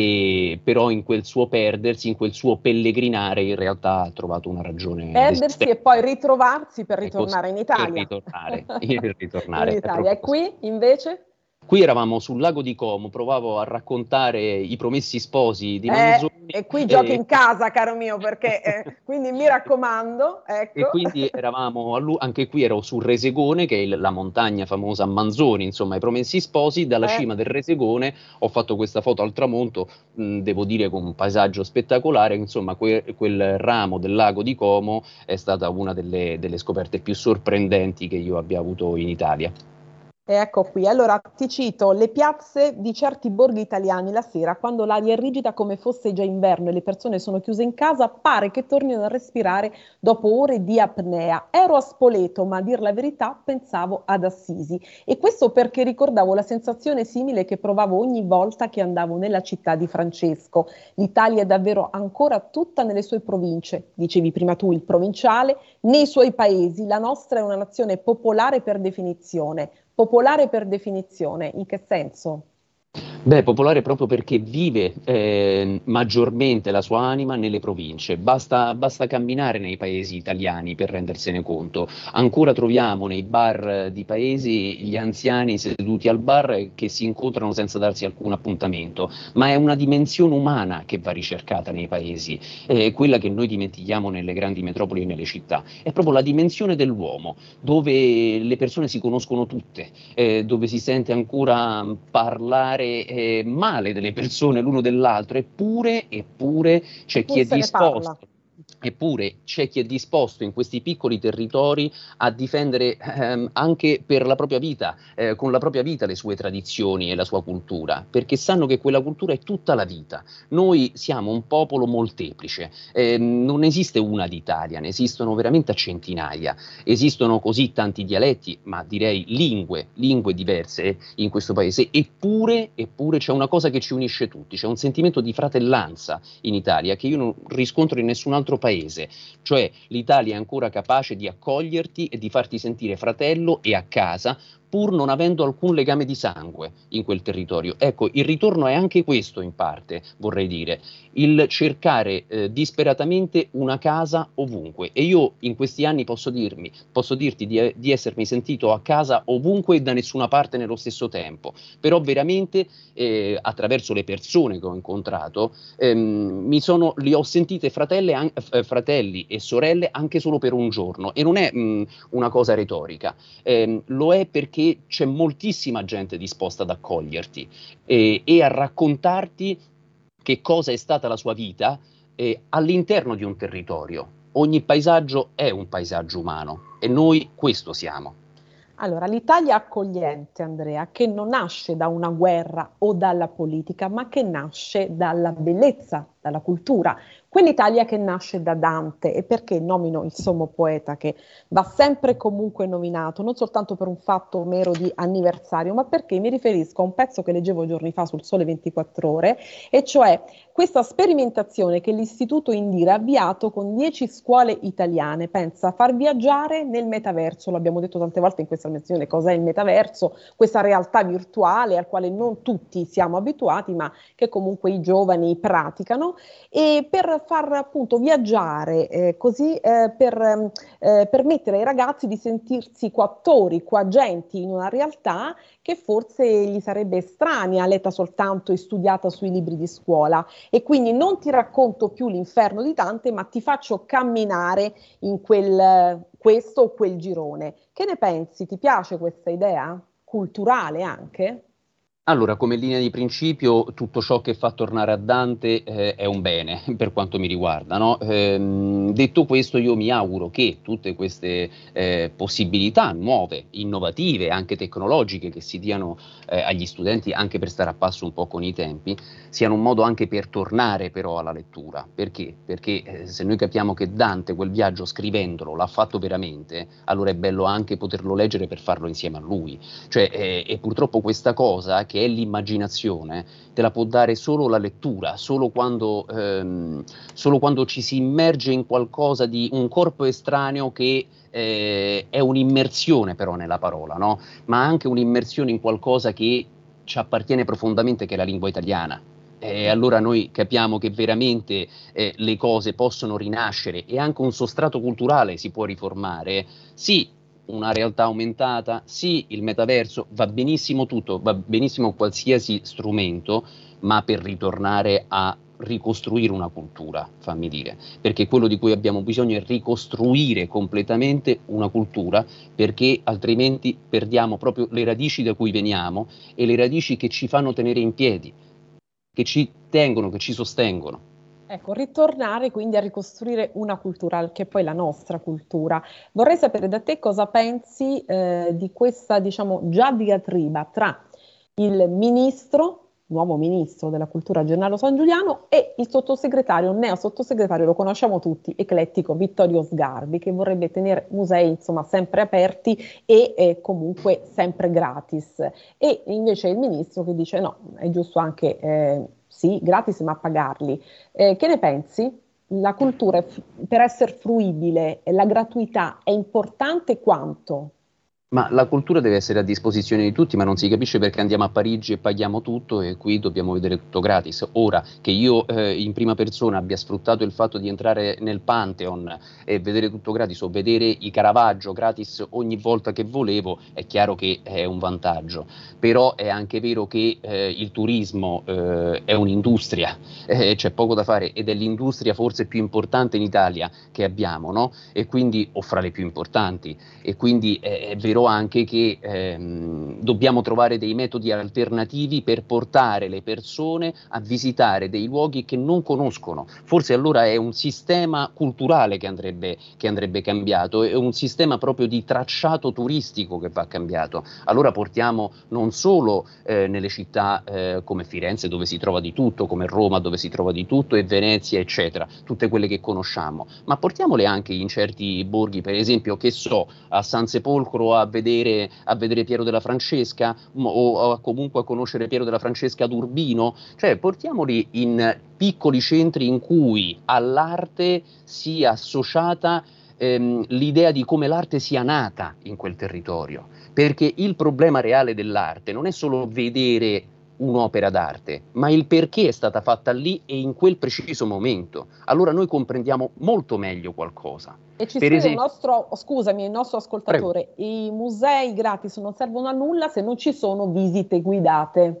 e però in quel suo perdersi, in quel suo pellegrinare, in realtà ha trovato una ragione Perdersi d'esistenza. e poi ritrovarsi per Ecco, ritornare in per Italia. ritornare, per ritornare, In è Italia. proprio E così. qui invece? Qui eravamo sul lago di Como, provavo a raccontare i promessi sposi di Eh, Manzoni. e qui giochi e- in casa, caro mio, perché eh, quindi mi raccomando, E ecco. quindi eravamo, a Lu- anche qui ero sul Resegone, che è il- la montagna famosa a Manzoni, insomma, i Promessi Sposi. Dalla Eh, cima del Resegone ho fatto questa foto al tramonto, mh, devo dire con un paesaggio spettacolare. Insomma, que- quel ramo del lago di Como è stata una delle, delle scoperte più sorprendenti che io abbia avuto in Italia. E ecco qui, allora ti cito le piazze di certi borghi italiani la sera, quando l'aria è rigida come fosse già inverno e le persone sono chiuse in casa, pare che tornino a respirare dopo ore di apnea. Ero a Spoleto, ma a dir la verità pensavo ad Assisi. E questo perché ricordavo la sensazione simile che provavo ogni volta che andavo nella città di Francesco. L'Italia è davvero ancora tutta nelle sue province, dicevi prima tu, il provinciale, nei suoi paesi. La nostra è una nazione popolare per definizione. Popolare per definizione, in che senso? Beh, popolare proprio perché vive eh, maggiormente la sua anima nelle province. Basta, basta camminare nei paesi italiani per rendersene conto. Ancora troviamo nei bar eh, di paesi gli anziani seduti al bar che si incontrano senza darsi alcun appuntamento, ma è una dimensione umana che va ricercata nei paesi, eh, quella che noi dimentichiamo nelle grandi metropoli e nelle città. È proprio la dimensione dell'uomo, dove le persone si conoscono tutte, eh, dove si sente ancora parlare eh, male delle persone l'uno dell'altro, eppure, eppure c'è chi Pur è se ne disposto. parla. Eppure c'è chi è disposto in questi piccoli territori a difendere ehm, anche per la propria vita, eh, con la propria vita, le sue tradizioni e la sua cultura, perché sanno che quella cultura è tutta la vita. Noi siamo un popolo molteplice, eh, non esiste una d'Italia, ne esistono veramente a centinaia, esistono così tanti dialetti, ma direi lingue, lingue diverse in questo paese, eppure, eppure c'è una cosa che ci unisce tutti, c'è un sentimento di fratellanza in Italia che io non riscontro in nessun altro paese, cioè l'Italia è ancora capace di accoglierti e di farti sentire fratello e a casa, pur non avendo alcun legame di sangue in quel territorio. Ecco, il ritorno è anche questo in parte, vorrei dire, il cercare eh, disperatamente una casa ovunque. E io in questi anni posso dirmi, posso dirti di, di essermi sentito a casa ovunque e da nessuna parte nello stesso tempo, però veramente eh, attraverso le persone che ho incontrato ehm, mi sono, li ho sentite fratelle, an- eh, fratelli e sorelle anche solo per un giorno, e non è mh, una cosa retorica, ehm, lo è perché c'è moltissima gente disposta ad accoglierti e, e a raccontarti che cosa è stata la sua vita eh, all'interno di un territorio. Ogni paesaggio è un paesaggio umano e noi questo siamo. Allora, l'Italia accogliente, Andrea, che non nasce da una guerra o dalla politica, ma che nasce dalla bellezza, dalla cultura. Quell'Italia che nasce da Dante, e perché nomino il sommo poeta che va sempre e comunque nominato, non soltanto per un fatto mero di anniversario, ma perché mi riferisco a un pezzo che leggevo giorni fa sul Sole ventiquattro Ore, e cioè questa sperimentazione che l'Istituto Indira ha avviato con dieci scuole italiane. Pensa, far viaggiare nel metaverso, l'abbiamo detto tante volte in questa lezione, cos'è il metaverso, questa realtà virtuale al quale non tutti siamo abituati, ma che comunque i giovani praticano, e per far appunto viaggiare, eh, così eh, per eh, permettere ai ragazzi di sentirsi coattori, coagenti in una realtà che forse gli sarebbe estranea, letta soltanto e studiata sui libri di scuola. E quindi non ti racconto più l'inferno di Dante, ma ti faccio camminare in quel, questo o quel girone. Che ne pensi? Ti piace questa idea? Culturale anche? Allora, come linea di principio, tutto ciò che fa tornare a Dante eh, è un bene, per quanto mi riguarda, no? Ehm, detto questo, io mi auguro che tutte queste eh, possibilità nuove, innovative, anche tecnologiche, che si diano eh, agli studenti, anche per stare a passo un po' con i tempi, siano un modo anche per tornare però alla lettura. Perché? Perché eh, se noi capiamo che Dante quel viaggio scrivendolo l'ha fatto veramente, allora è bello anche poterlo leggere per farlo insieme a lui. Cioè, eh, e purtroppo questa cosa, che è l'immaginazione, te la può dare solo la lettura, solo quando, ehm, solo quando ci si immerge in qualcosa di un corpo estraneo che eh, è un'immersione però nella parola, no? Ma anche un'immersione in qualcosa che ci appartiene profondamente, che è la lingua italiana. E allora noi capiamo che veramente eh, le cose possono rinascere e anche un sostrato culturale si può riformare. Sì, una realtà aumentata, sì, il metaverso, va benissimo tutto, va benissimo qualsiasi strumento, ma per ritornare a ricostruire una cultura, fammi dire, perché quello di cui abbiamo bisogno è ricostruire completamente una cultura, perché altrimenti perdiamo proprio le radici da cui veniamo e le radici che ci fanno tenere in piedi, che ci tengono, che ci sostengono. Ecco, ritornare quindi a ricostruire una cultura, che è poi la nostra cultura. Vorrei sapere da te cosa pensi eh, di questa, diciamo, già diatriba tra il ministro, nuovo ministro della cultura Gennaro San Giuliano, e il sottosegretario, neo sottosegretario, lo conosciamo tutti, eclettico, Vittorio Sgarbi, che vorrebbe tenere musei, insomma, sempre aperti e eh, comunque sempre gratis. E invece il ministro che dice no, è giusto anche... Eh, sì, gratis ma a pagarli. Eh, che ne pensi? La cultura, per essere fruibile, la gratuità è importante quanto? Ma la cultura deve essere a disposizione di tutti, ma non si capisce perché andiamo a Parigi e paghiamo tutto e qui dobbiamo vedere tutto gratis. Ora, che io eh, in prima persona abbia sfruttato il fatto di entrare nel Pantheon e vedere tutto gratis, o vedere i Caravaggio gratis ogni volta che volevo, è chiaro che è un vantaggio. Però è anche vero che eh, il turismo eh, è un'industria, eh, c'è poco da fare, ed è l'industria forse più importante in Italia che abbiamo, no? E quindi, o fra le più importanti, e quindi eh, è vero anche che ehm, dobbiamo trovare dei metodi alternativi per portare le persone a visitare dei luoghi che non conoscono. Forse allora è un sistema culturale che andrebbe, che andrebbe cambiato, è un sistema proprio di tracciato turistico che va cambiato. Allora portiamo non solo eh, nelle città eh, come Firenze, dove si trova di tutto, come Roma, dove si trova di tutto, e Venezia, eccetera, tutte quelle che conosciamo, ma portiamole anche in certi borghi, per esempio, che so, a San Sepolcro a vedere, a vedere Piero della Francesca, o, o comunque a conoscere Piero della Francesca ad Urbino. Cioè portiamoli in piccoli centri in cui all'arte sia associata ehm, l'idea di come l'arte sia nata in quel territorio, perché il problema reale dell'arte non è solo vedere un'opera d'arte, ma il perché è stata fatta lì e in quel preciso momento. Allora noi comprendiamo molto meglio qualcosa. E ci Per scrive esempio, il nostro, scusami, il nostro ascoltatore, prego. I musei gratis non servono a nulla se non ci sono visite guidate.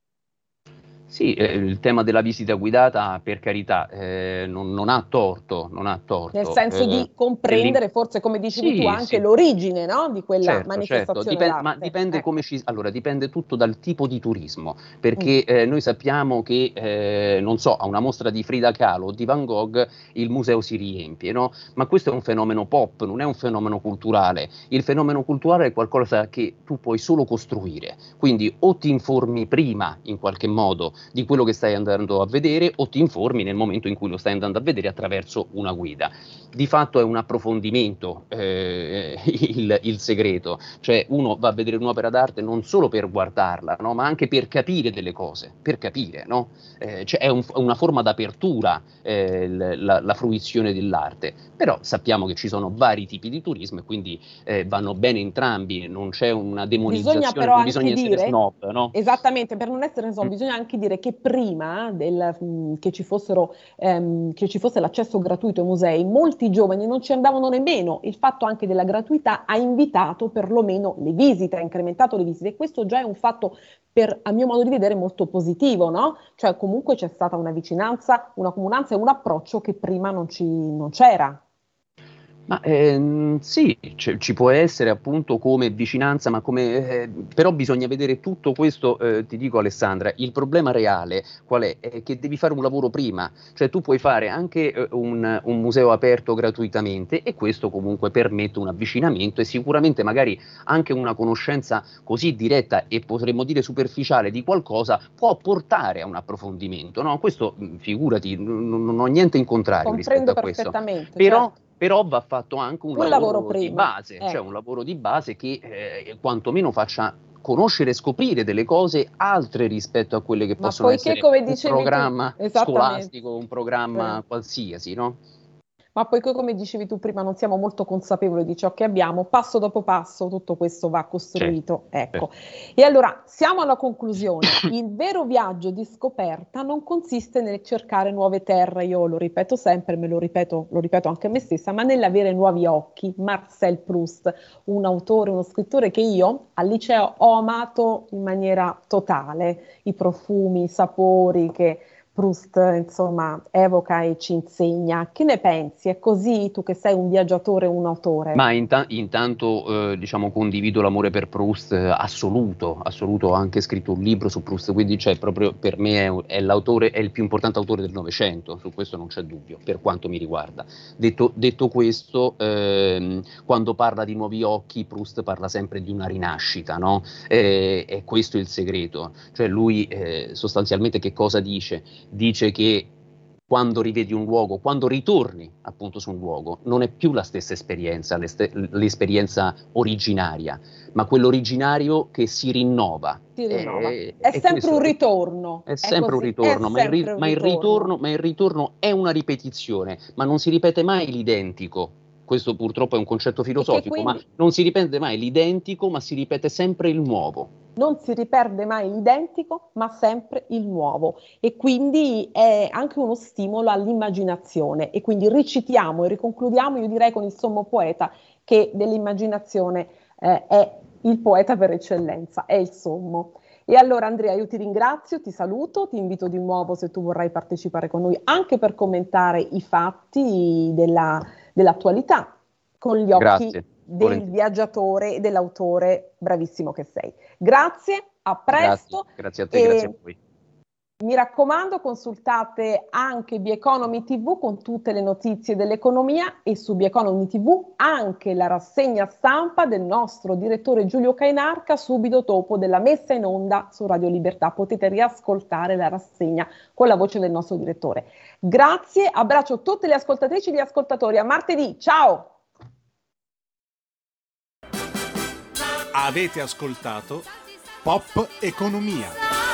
Sì, eh, il tema della visita guidata, per carità, eh, non, non ha torto, non ha torto. Nel senso eh, di comprendere, forse come dicevi sì, tu, anche sì. l'origine, no? Di quella Certo, manifestazione certo. Dipen- d'arte. ma dipende Ecco. come ci... Allora, dipende tutto dal tipo di turismo, perché eh, noi sappiamo che, eh, non so, a una mostra di Frida Kahlo o di Van Gogh il museo si riempie, no? Ma questo è un fenomeno pop, non è un fenomeno culturale. Il fenomeno culturale è qualcosa che tu puoi solo costruire, quindi o ti informi prima, in qualche modo, di quello che stai andando a vedere, o ti informi nel momento in cui lo stai andando a vedere attraverso una guida. Di fatto è un approfondimento eh, il, il segreto, cioè uno va a vedere un'opera d'arte non solo per guardarla, no? Ma anche per capire delle cose, per capire, no? Eh, cioè è un, una forma d'apertura eh, la, la fruizione dell'arte, però sappiamo che ci sono vari tipi di turismo e quindi eh, vanno bene entrambi, non c'è una demonizzazione, Bisogna però non anche bisogna dire, essere snob, no? esattamente, per non essere snob, bisogna anche dire dire che prima del, mh, che, ci fossero, ehm, che ci fosse l'accesso gratuito ai musei, molti giovani non ci andavano nemmeno. Il fatto anche della gratuità ha invitato perlomeno le visite, ha incrementato le visite, e questo già è un fatto, per, a mio modo di vedere, molto positivo, no? Cioè comunque c'è stata una vicinanza, una comunanza e un approccio che prima non, ci, non c'era. Ma ehm, sì, c- ci può essere appunto come vicinanza, ma come eh, però bisogna vedere tutto questo, eh, ti dico Alessandra, il problema reale qual è? È che devi fare un lavoro prima, cioè tu puoi fare anche eh, un, un museo aperto gratuitamente e questo comunque permette un avvicinamento e sicuramente magari anche una conoscenza così diretta e potremmo dire superficiale di qualcosa può portare a un approfondimento, no? Questo mh, figurati, n- n- non ho niente in contrario Comprendo rispetto a questo, perfettamente, però certo. Però va fatto anche un, Un lavoro, lavoro di prima, base, cioè ecco. un lavoro di base che eh, quantomeno faccia conoscere e scoprire delle cose altre rispetto a quelle che Ma possono poiché, essere come un dicevi tu, programma esattamente, scolastico, un programma bravo. qualsiasi, no? Ma poiché, come dicevi tu prima, non siamo molto consapevoli di ciò che abbiamo, passo dopo passo tutto questo va costruito. Ecco. E allora siamo alla conclusione. Il vero viaggio di scoperta non consiste nel cercare nuove terre, io lo ripeto sempre, me lo ripeto, lo ripeto anche a me stessa, ma nell'avere nuovi occhi. Marcel Proust, un autore, uno scrittore che io al liceo ho amato in maniera totale, i profumi, i sapori che Proust, insomma, evoca e ci insegna. Che ne pensi? È così, tu che sei un viaggiatore, un autore? Ma inta- intanto eh, diciamo condivido l'amore per Proust eh, assoluto, assoluto, ho anche scritto un libro su Proust, quindi cioè, proprio per me è, è l'autore, è il più importante autore del Novecento, su questo non c'è dubbio, per quanto mi riguarda. Detto, detto questo, ehm, quando parla di nuovi occhi, Proust parla sempre di una rinascita, no? E, è questo il segreto, cioè lui eh, sostanzialmente che cosa dice? Dice che quando rivedi un luogo, quando ritorni appunto su un luogo, non è più la stessa esperienza, l'este- l'esperienza originaria, ma quell'originario che si rinnova. Si rinnova. E- È e sempre questo un è- ritorno. È È sempre un così, è ritorno, ma il, ri- sempre un ma il ritorno. ritorno, ma il ritorno è una ripetizione, ma non si ripete mai l'identico. Questo purtroppo è un concetto E che filosofico, ma quindi non si ripete mai l'identico, ma si ripete sempre il nuovo. non si riperde mai l'identico, ma sempre il nuovo. E quindi è anche uno stimolo all'immaginazione. E quindi recitiamo e riconcludiamo, io direi con il sommo poeta, che dell'immaginazione eh, è il poeta per eccellenza, è il sommo. E allora Andrea, io ti ringrazio, ti saluto, ti invito di nuovo se tu vorrai partecipare con noi anche per commentare i fatti della, dell'attualità con gli occhi Grazie, del volentieri. viaggiatore e dell'autore bravissimo che sei. Grazie, a presto. Grazie, grazie a te, e grazie a voi. Mi raccomando, consultate anche Bieconomy tivù con tutte le notizie dell'economia e su Bieconomy tivù anche la rassegna stampa del nostro direttore Giulio Cainarca subito dopo della messa in onda su Radio Libertà. Potete riascoltare la rassegna con la voce del nostro direttore. Grazie, abbraccio tutte le ascoltatrici e gli ascoltatori. A martedì, ciao! Avete ascoltato Pop Economia.